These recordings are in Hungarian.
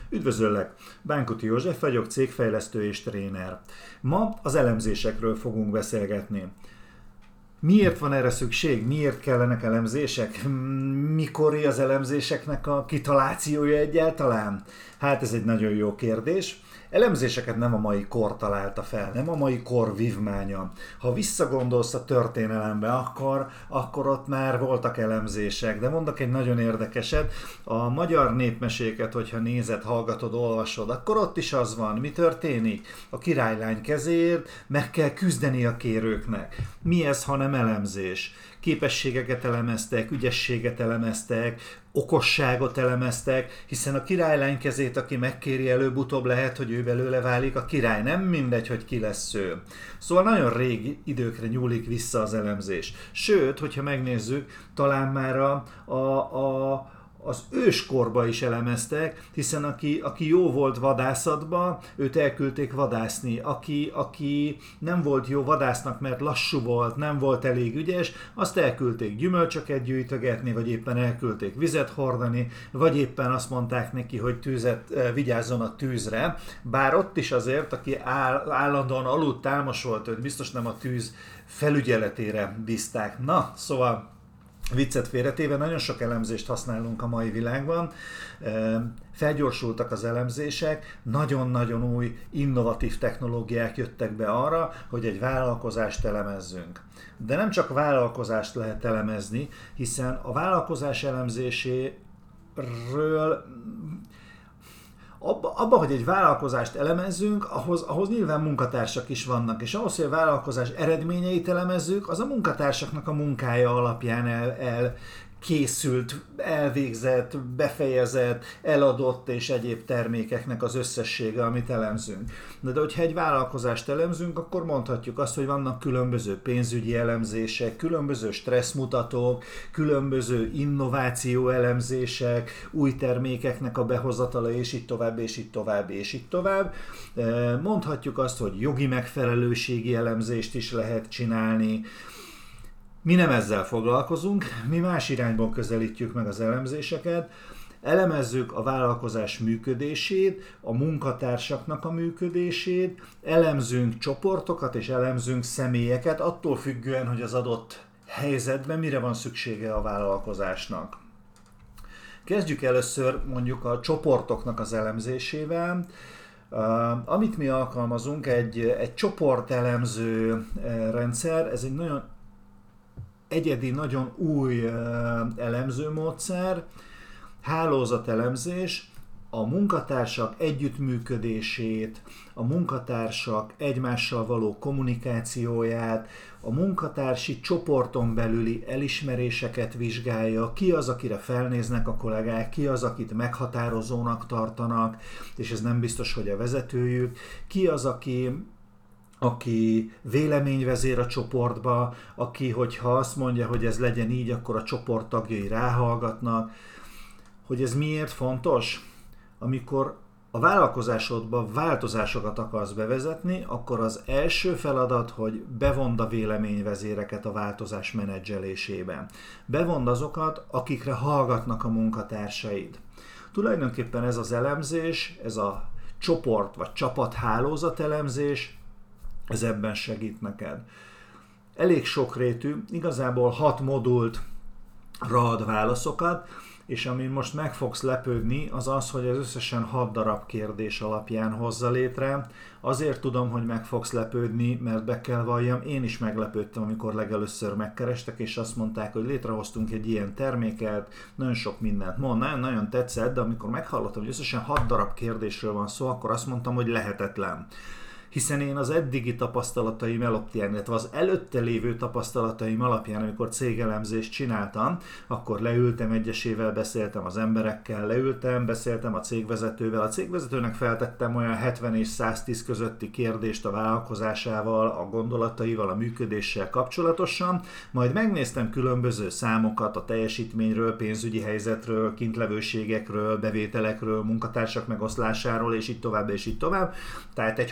Üdvözöllek! Bánkuti József vagyok, cégfejlesztő és tréner. Ma az elemzésekről fogunk beszélgetni. Miért van erre szükség? Miért kellenek elemzések? Mikori az elemzéseknek a kitalációja egyáltalán? Hát ez egy nagyon jó kérdés. Elemzéseket nem a mai kor találta fel, nem a mai kor vívmánya. Ha visszagondolsz a történelembe, akkor ott már voltak elemzések. De mondok egy nagyon érdekeset, a magyar népmeséket, hogyha nézed, hallgatod, olvasod, akkor ott is az van. Mi történik? A királylány kezéért meg kell küzdeni a kérőknek. Mi ez, ha nem elemzés? Képességeket elemeztek, ügyességet elemeztek, okosságot elemeztek, hiszen a királylány kezét, aki megkéri, előbb-utóbb lehet, hogy ő belőle válik a király. Nem mindegy, hogy ki lesz ő. Szóval nagyon régi időkre nyúlik vissza az elemzés. Sőt, hogyha megnézzük, talán már az őskorba is elemeztek, hiszen aki jó volt vadászatban, őt elküldték vadászni. Aki nem volt jó vadásznak, mert lassú volt, nem volt elég ügyes, azt elküldték gyümölcsöket gyűjtögetni, vagy éppen elküldték vizet hordani, vagy éppen azt mondták neki, hogy vigyázzon a tűzre. Bár ott is azért, aki állandóan aludt támos volt, őt biztos nem a tűz felügyeletére bízták. Na, szóval viccet félretéve, nagyon sok elemzést használunk a mai világban, felgyorsultak az elemzések, nagyon-nagyon új, innovatív technológiák jöttek be arra, hogy egy vállalkozást elemezzünk. De nem csak vállalkozást lehet elemezni, hiszen a vállalkozás elemzéséről abba, hogy egy vállalkozást elemezzünk, ahhoz nyilván munkatársak is vannak, és ahhoz, hogy a vállalkozás eredményeit elemezzük, az a munkatársaknak a munkája alapján elkészült, elvégzett, befejezett, eladott és egyéb termékeknek az összessége, amit elemzünk. De hogyha egy vállalkozást elemzünk, akkor mondhatjuk azt, hogy vannak különböző pénzügyi elemzések, különböző stresszmutatók, különböző innováció elemzések, új termékeknek a behozatala, és így tovább, és így tovább, és így tovább. Mondhatjuk azt, hogy jogi megfelelőségi elemzést is lehet csinálni. Mi nem ezzel foglalkozunk, mi más irányból közelítjük meg az elemzéseket. Elemezzük a vállalkozás működését, a munkatársaknak a működését, elemzünk csoportokat és elemzünk személyeket, attól függően, hogy az adott helyzetben mire van szüksége a vállalkozásnak. Kezdjük először mondjuk a csoportoknak az elemzésével. Amit mi alkalmazunk, egy csoportelemző rendszer, ez egy nagyon egyedi, nagyon új elemzőmódszer, hálózatelemzés, a munkatársak együttműködését, a munkatársak egymással való kommunikációját, a munkatársi csoporton belüli elismeréseket vizsgálja, ki az, akire felnéznek a kollégák, ki az, akit meghatározónak tartanak, és ez nem biztos, hogy a vezetőjük, ki az, aki véleményvezér a csoportba, aki, hogyha azt mondja, hogy ez legyen így, akkor a csoport tagjai ráhallgatnak. Hogy ez miért fontos? Amikor a vállalkozásodban változásokat akarsz bevezetni, akkor az első feladat, hogy bevond a véleményvezéreket a változás menedzselésében. Bevond azokat, akikre hallgatnak a munkatársaid. Tulajdonképpen ez az elemzés, ez a csoport vagy csapathálózat elemzés, ez ebben segít neked. Elég sokrétű, igazából 6 modult ad válaszokat, és amin most meg fogsz lepődni, az az, hogy ez összesen 6 darab kérdés alapján hozza létre. Azért tudom, hogy meg fogsz lepődni, mert be kell valljam, én is meglepődtem, amikor legelőször megkerestek, és azt mondták, hogy létrehoztunk egy ilyen terméket, nagyon sok mindent mond, nagyon tetszett, de amikor meghallottam, hogy összesen 6 darab kérdésről van szó, akkor azt mondtam, hogy lehetetlen. Hiszen én az eddigi tapasztalataim alapján, illetve az előtte lévő tapasztalataim alapján, amikor cégelemzést csináltam, akkor leültem egyesével, beszéltem az emberekkel, beszéltem a cégvezetővel. A cégvezetőnek feltettem olyan 70 és 110 közötti kérdést a vállalkozásával, a gondolataival, a működéssel kapcsolatosan, majd megnéztem különböző számokat a teljesítményről, pénzügyi helyzetről, kintlevőségekről, bevételekről, munkatársak megoszlásáról, és így tovább, és így tovább. Tehát egy hosszú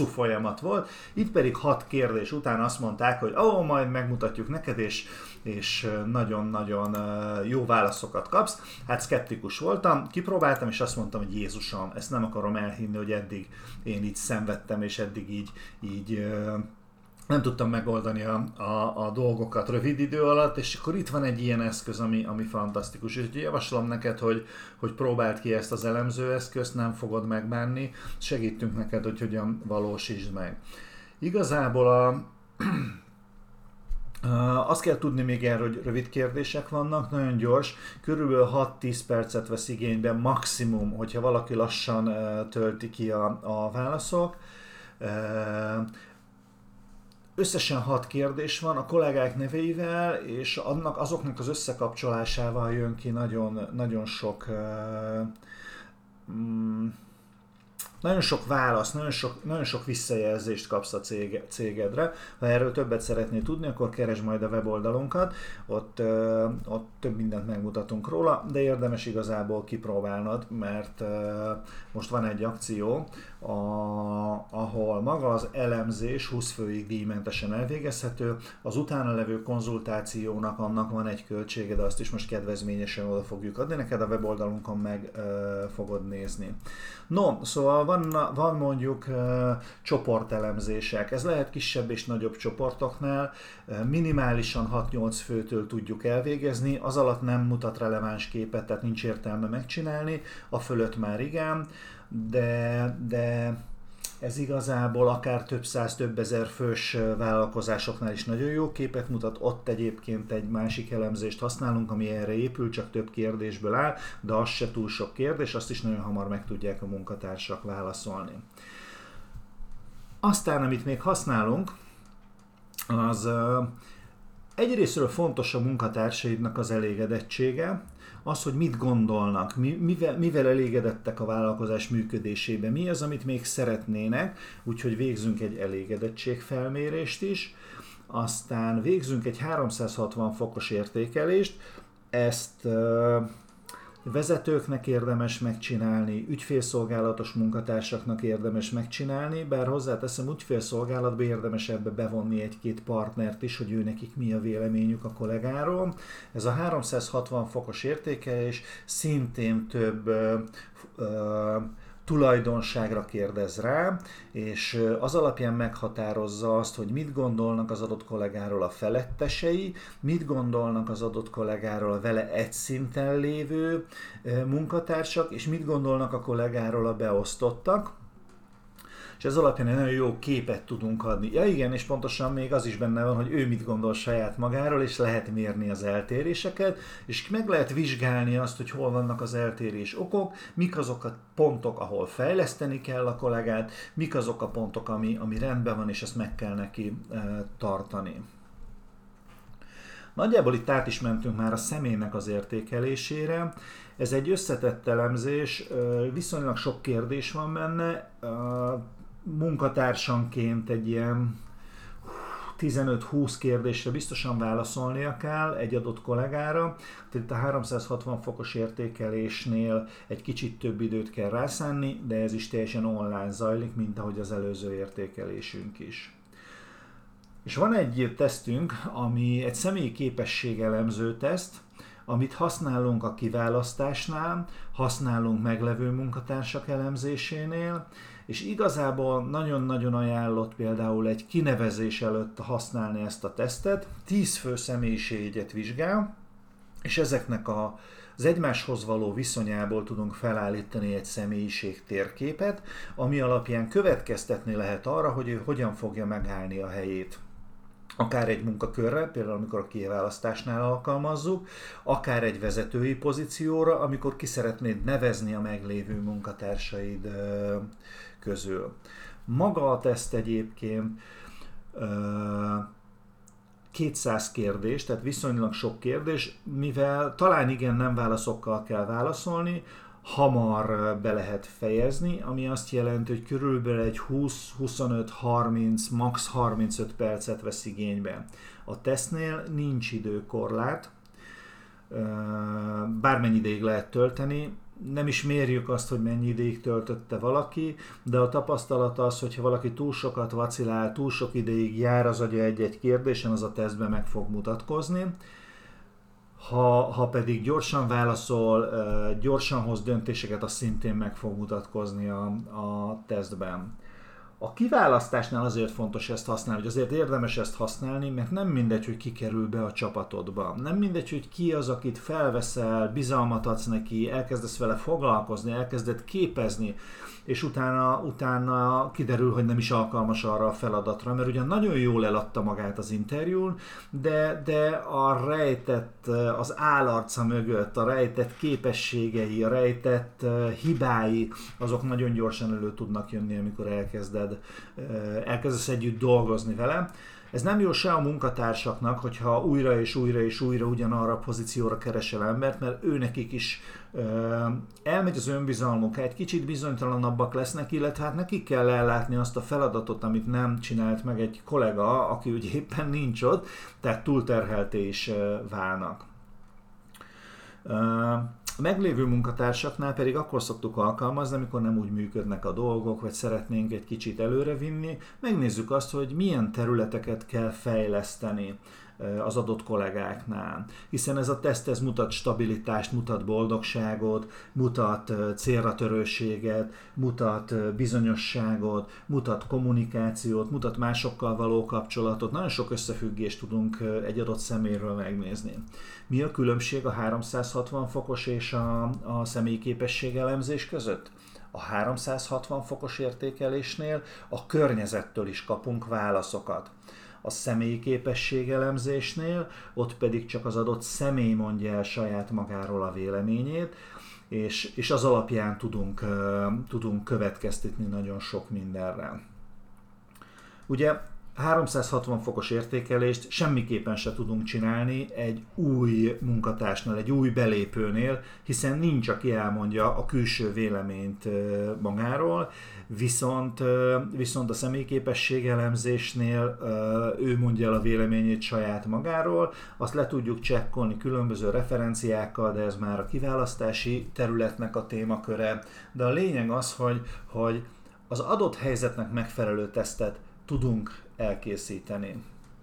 hosszú folyamat volt, itt pedig 6 kérdés után azt mondták, hogy majd megmutatjuk neked, és nagyon-nagyon jó válaszokat kapsz. Hát szkeptikus voltam, kipróbáltam, és azt mondtam, hogy Jézusom, ezt nem akarom elhinni, hogy eddig én így szenvedtem, és eddig így nem tudtam megoldani a dolgokat rövid idő alatt, és akkor itt van egy ilyen eszköz, ami fantasztikus. És javaslom neked, hogy próbáld ki ezt az elemzőeszközt, nem fogod megbánni, segítünk neked, hogy hogyan valósítsd meg. Igazából azt kell tudni még erről, hogy rövid kérdések vannak, nagyon gyors, körülbelül 6-10 percet vesz igénybe maximum, hogyha valaki lassan tölti ki a válaszok. Összesen 6 kérdés van, a kollégák neveivel és azoknak az összekapcsolásával jön ki nagyon sok válasz, nagyon sok visszajelzést kapsz a cégedre. Ha erről többet szeretnél tudni, akkor keresd majd a weboldalunkat, ott több mindent megmutatunk róla, de érdemes igazából kipróbálnod, mert most van egy akció, ahol maga az elemzés 20 főig díjmentesen elvégezhető, az utána levő konzultációnak annak van egy költsége, de azt is most kedvezményesen oda fogjuk adni, neked a weboldalunkon meg fogod nézni. No, szóval van mondjuk csoportelemzések, ez lehet kisebb és nagyobb csoportoknál, minimálisan 6-8 főtől tudjuk elvégezni, az alatt nem mutat releváns képet, tehát nincs értelme megcsinálni, a fölött már igen, de ez igazából akár több száz, több ezer fős vállalkozásoknál is nagyon jó képet mutat, ott egyébként egy másik elemzést használunk, ami erre épül, csak több kérdésből áll, de az se túl sok kérdés, azt is nagyon hamar meg tudják a munkatársak válaszolni. Aztán, amit még használunk, az egyrészről fontos a munkatársaidnak az elégedettsége, az, hogy mit gondolnak, mivel elégedettek a vállalkozás működésében, mi az, amit még szeretnének, úgyhogy végzünk egy elégedettségfelmérést is, aztán végzünk egy 360 fokos értékelést, ezt vezetőknek érdemes megcsinálni, ügyfélszolgálatos munkatársaknak érdemes megcsinálni, bár hozzáteszem, ügyfélszolgálatba érdemes ebbe bevonni egy-két partnert is, hogy ő nekik mi a véleményük a kollégáról. Ez a 360 fokos értékelés szintén több tulajdonságra kérdez rá, és az alapján meghatározza azt, hogy mit gondolnak az adott kollégáról a felettesei, mit gondolnak az adott kollégáról a vele egy szinten lévő munkatársak, és mit gondolnak a kollégáról a beosztottak. És ez alapján egy nagyon jó képet tudunk adni. Ja igen, és pontosan még az is benne van, hogy ő mit gondol saját magáról, és lehet mérni az eltéréseket, és meg lehet vizsgálni azt, hogy hol vannak az eltérés okok, mik azok a pontok, ahol fejleszteni kell a kollégát, mik azok a pontok, ami rendben van, és ezt meg kell neki tartani. Nagyjából itt át is mentünk már a személynek az értékelésére. Ez egy összetett elemzés, viszonylag sok kérdés van benne, munkatársanként egy ilyen 15-20 kérdésre biztosan válaszolnia kell egy adott kollégára. Tehát a 360 fokos értékelésnél egy kicsit több időt kell rászánni, de ez is teljesen online zajlik, mint ahogy az előző értékelésünk is. És van egy tesztünk, ami egy személyi képességelemző teszt, amit használunk a kiválasztásnál, használunk meglevő munkatársak elemzésénél, és igazából nagyon-nagyon ajánlott például egy kinevezés előtt használni ezt a tesztet. 10 fő személyiséget vizsgál, és ezeknek az egymáshoz való viszonyából tudunk felállítani egy személyiség térképet, ami alapján következtetni lehet arra, hogy ő hogyan fogja megállni a helyét. Akár egy munkakörre, például amikor a kiválasztásnál alkalmazzuk, akár egy vezetői pozícióra, amikor ki szeretnéd nevezni a meglévő munkatársaid közül. Maga a teszt egyébként 200 kérdés, tehát viszonylag sok kérdés, mivel talán igen nem válaszokkal kell válaszolni, hamar be lehet fejezni, ami azt jelenti, hogy körülbelül egy 20-25-30, max. 35 percet vesz igénybe. A tesztnél nincs időkorlát, bármennyi ideig lehet tölteni, nem is mérjük azt, hogy mennyi ideig töltötte valaki, de a tapasztalat az, hogyha valaki túl sokat vacilál, túl sok ideig jár az agya egy-egy kérdésen, az a tesztben meg fog mutatkozni. Ha pedig gyorsan válaszol, gyorsan hoz döntéseket, az szintén meg fog mutatkozni a tesztben. A kiválasztásnál azért fontos ezt használni, hogy azért érdemes ezt használni, mert nem mindegy, hogy ki kerül be a csapatodba. Nem mindegy, hogy ki az, akit felveszel, bizalmat adsz neki, elkezdesz vele foglalkozni, elkezded képezni, és utána kiderül, hogy nem is alkalmas arra a feladatra, mert ugyan nagyon jól eladta magát az interjún, de a rejtett, az állarca mögött, a rejtett képességei, a rejtett hibái, azok nagyon gyorsan elő tudnak jönni, amikor elkezdesz együtt dolgozni vele. Ez nem jó se a munkatársaknak, hogyha újra és újra és újra ugyanarra a pozícióra keresel embert, mert őnekik is elmegy az önbizalmuk, egy kicsit bizonytalanabbak lesznek, illetve hát nekik kell ellátni azt a feladatot, amit nem csinált meg egy kollega, aki ugye éppen nincs ott, tehát túlterhelté is válnak. A meglévő munkatársaknál pedig akkor szoktuk alkalmazni, amikor nem úgy működnek a dolgok, vagy szeretnénk egy kicsit előrevinni, megnézzük azt, hogy milyen területeket kell fejleszteni az adott kollégáknál. Hiszen ez a teszt ez mutat stabilitást, mutat boldogságot, mutat célra törőséget, mutat bizonyosságot, mutat kommunikációt, mutat másokkal való kapcsolatot. Nagyon sok összefüggést tudunk egy adott személyről megnézni. Mi a különbség a 360 fokos és a személyi képesség elemzés között? A 360 fokos értékelésnél a környezettől is kapunk válaszokat. A személyi képességelemzésnél ott pedig csak az adott személy mondja el saját magáról a véleményét, és az alapján tudunk következtetni nagyon sok mindenre. Ugye 360 fokos értékelést semmiképpen se tudunk csinálni egy új munkatársnál, egy új belépőnél, hiszen nincs, aki elmondja a külső véleményt magáról, viszont a személyképesség elemzésnél ő mondja el a véleményét saját magáról, azt le tudjuk csekkolni különböző referenciákkal, de ez már a kiválasztási területnek a témaköre, de a lényeg az, hogy az adott helyzetnek megfelelő tesztet tudunk elkészíteni.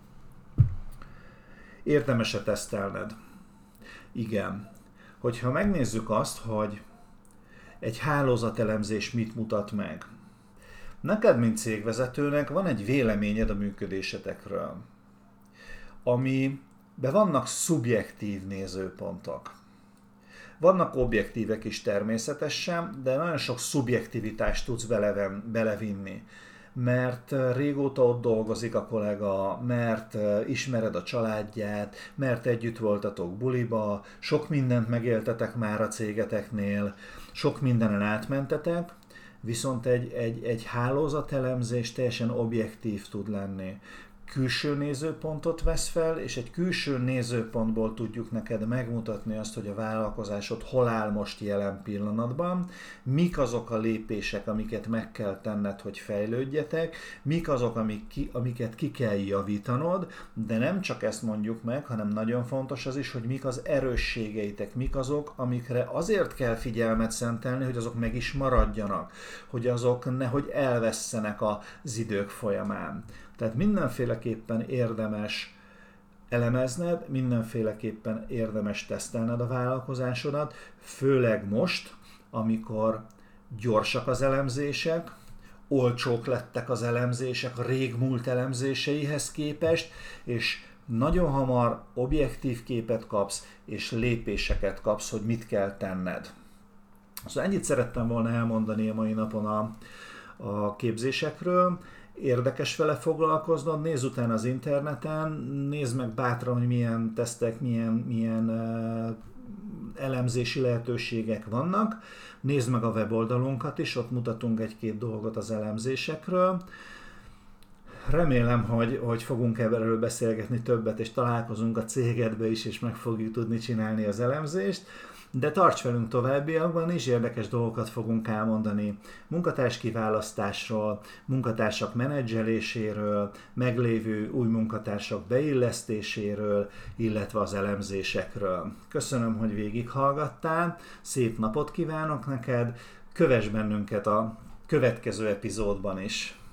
Érdemes-e tesztelned? Igen. Hogyha megnézzük azt, hogy egy hálózatelemzés mit mutat meg. Neked, mint cégvezetőnek van egy véleményed a működésetekről, amiben vannak szubjektív nézőpontok. Vannak objektívek is természetesen, de nagyon sok szubjektivitást tudsz belevinni. Mert régóta ott dolgozik a kollega, mert ismered a családját, mert együtt voltatok buliba, sok mindent megéltetek már a cégeteknél, sok mindenen átmentetek, viszont egy hálózatelemzés teljesen objektív tud lenni. Külső nézőpontot vesz fel, és egy külső nézőpontból tudjuk neked megmutatni azt, hogy a vállalkozásod hol áll most jelen pillanatban, mik azok a lépések, amiket meg kell tenned, hogy fejlődjetek, mik azok, amiket ki kell javítanod, de nem csak ezt mondjuk meg, hanem nagyon fontos az is, hogy mik az erősségeitek, mik azok, amikre azért kell figyelmet szentelni, hogy azok meg is maradjanak, hogy azok nehogy elvesszenek az idők folyamán. Tehát mindenféleképpen érdemes elemezned, mindenféleképpen érdemes tesztelned a vállalkozásodat, főleg most, amikor gyorsak az elemzések, olcsók lettek az elemzések a régmúlt elemzéseihez képest, és nagyon hamar objektív képet kapsz, és lépéseket kapsz, hogy mit kell tenned. Szóval ennyit szerettem volna elmondani a mai napon a képzésekről. Érdekes vele foglalkoznod, nézz utána az interneten, nézd meg bátran, hogy milyen tesztek, milyen elemzési lehetőségek vannak, nézd meg a weboldalunkat is, ott mutatunk egy-két dolgot az elemzésekről. Remélem, hogy fogunk erről beszélgetni többet, és találkozunk a cégedbe is, és meg fogjuk tudni csinálni az elemzést. De tarts velünk továbbiakban is, érdekes dolgokat fogunk elmondani munkatárs kiválasztásról, munkatársak menedzseléséről, meglévő új munkatársak beillesztéséről, illetve az elemzésekről. Köszönöm, hogy végighallgattál, szép napot kívánok neked, kövess bennünket a következő epizódban is.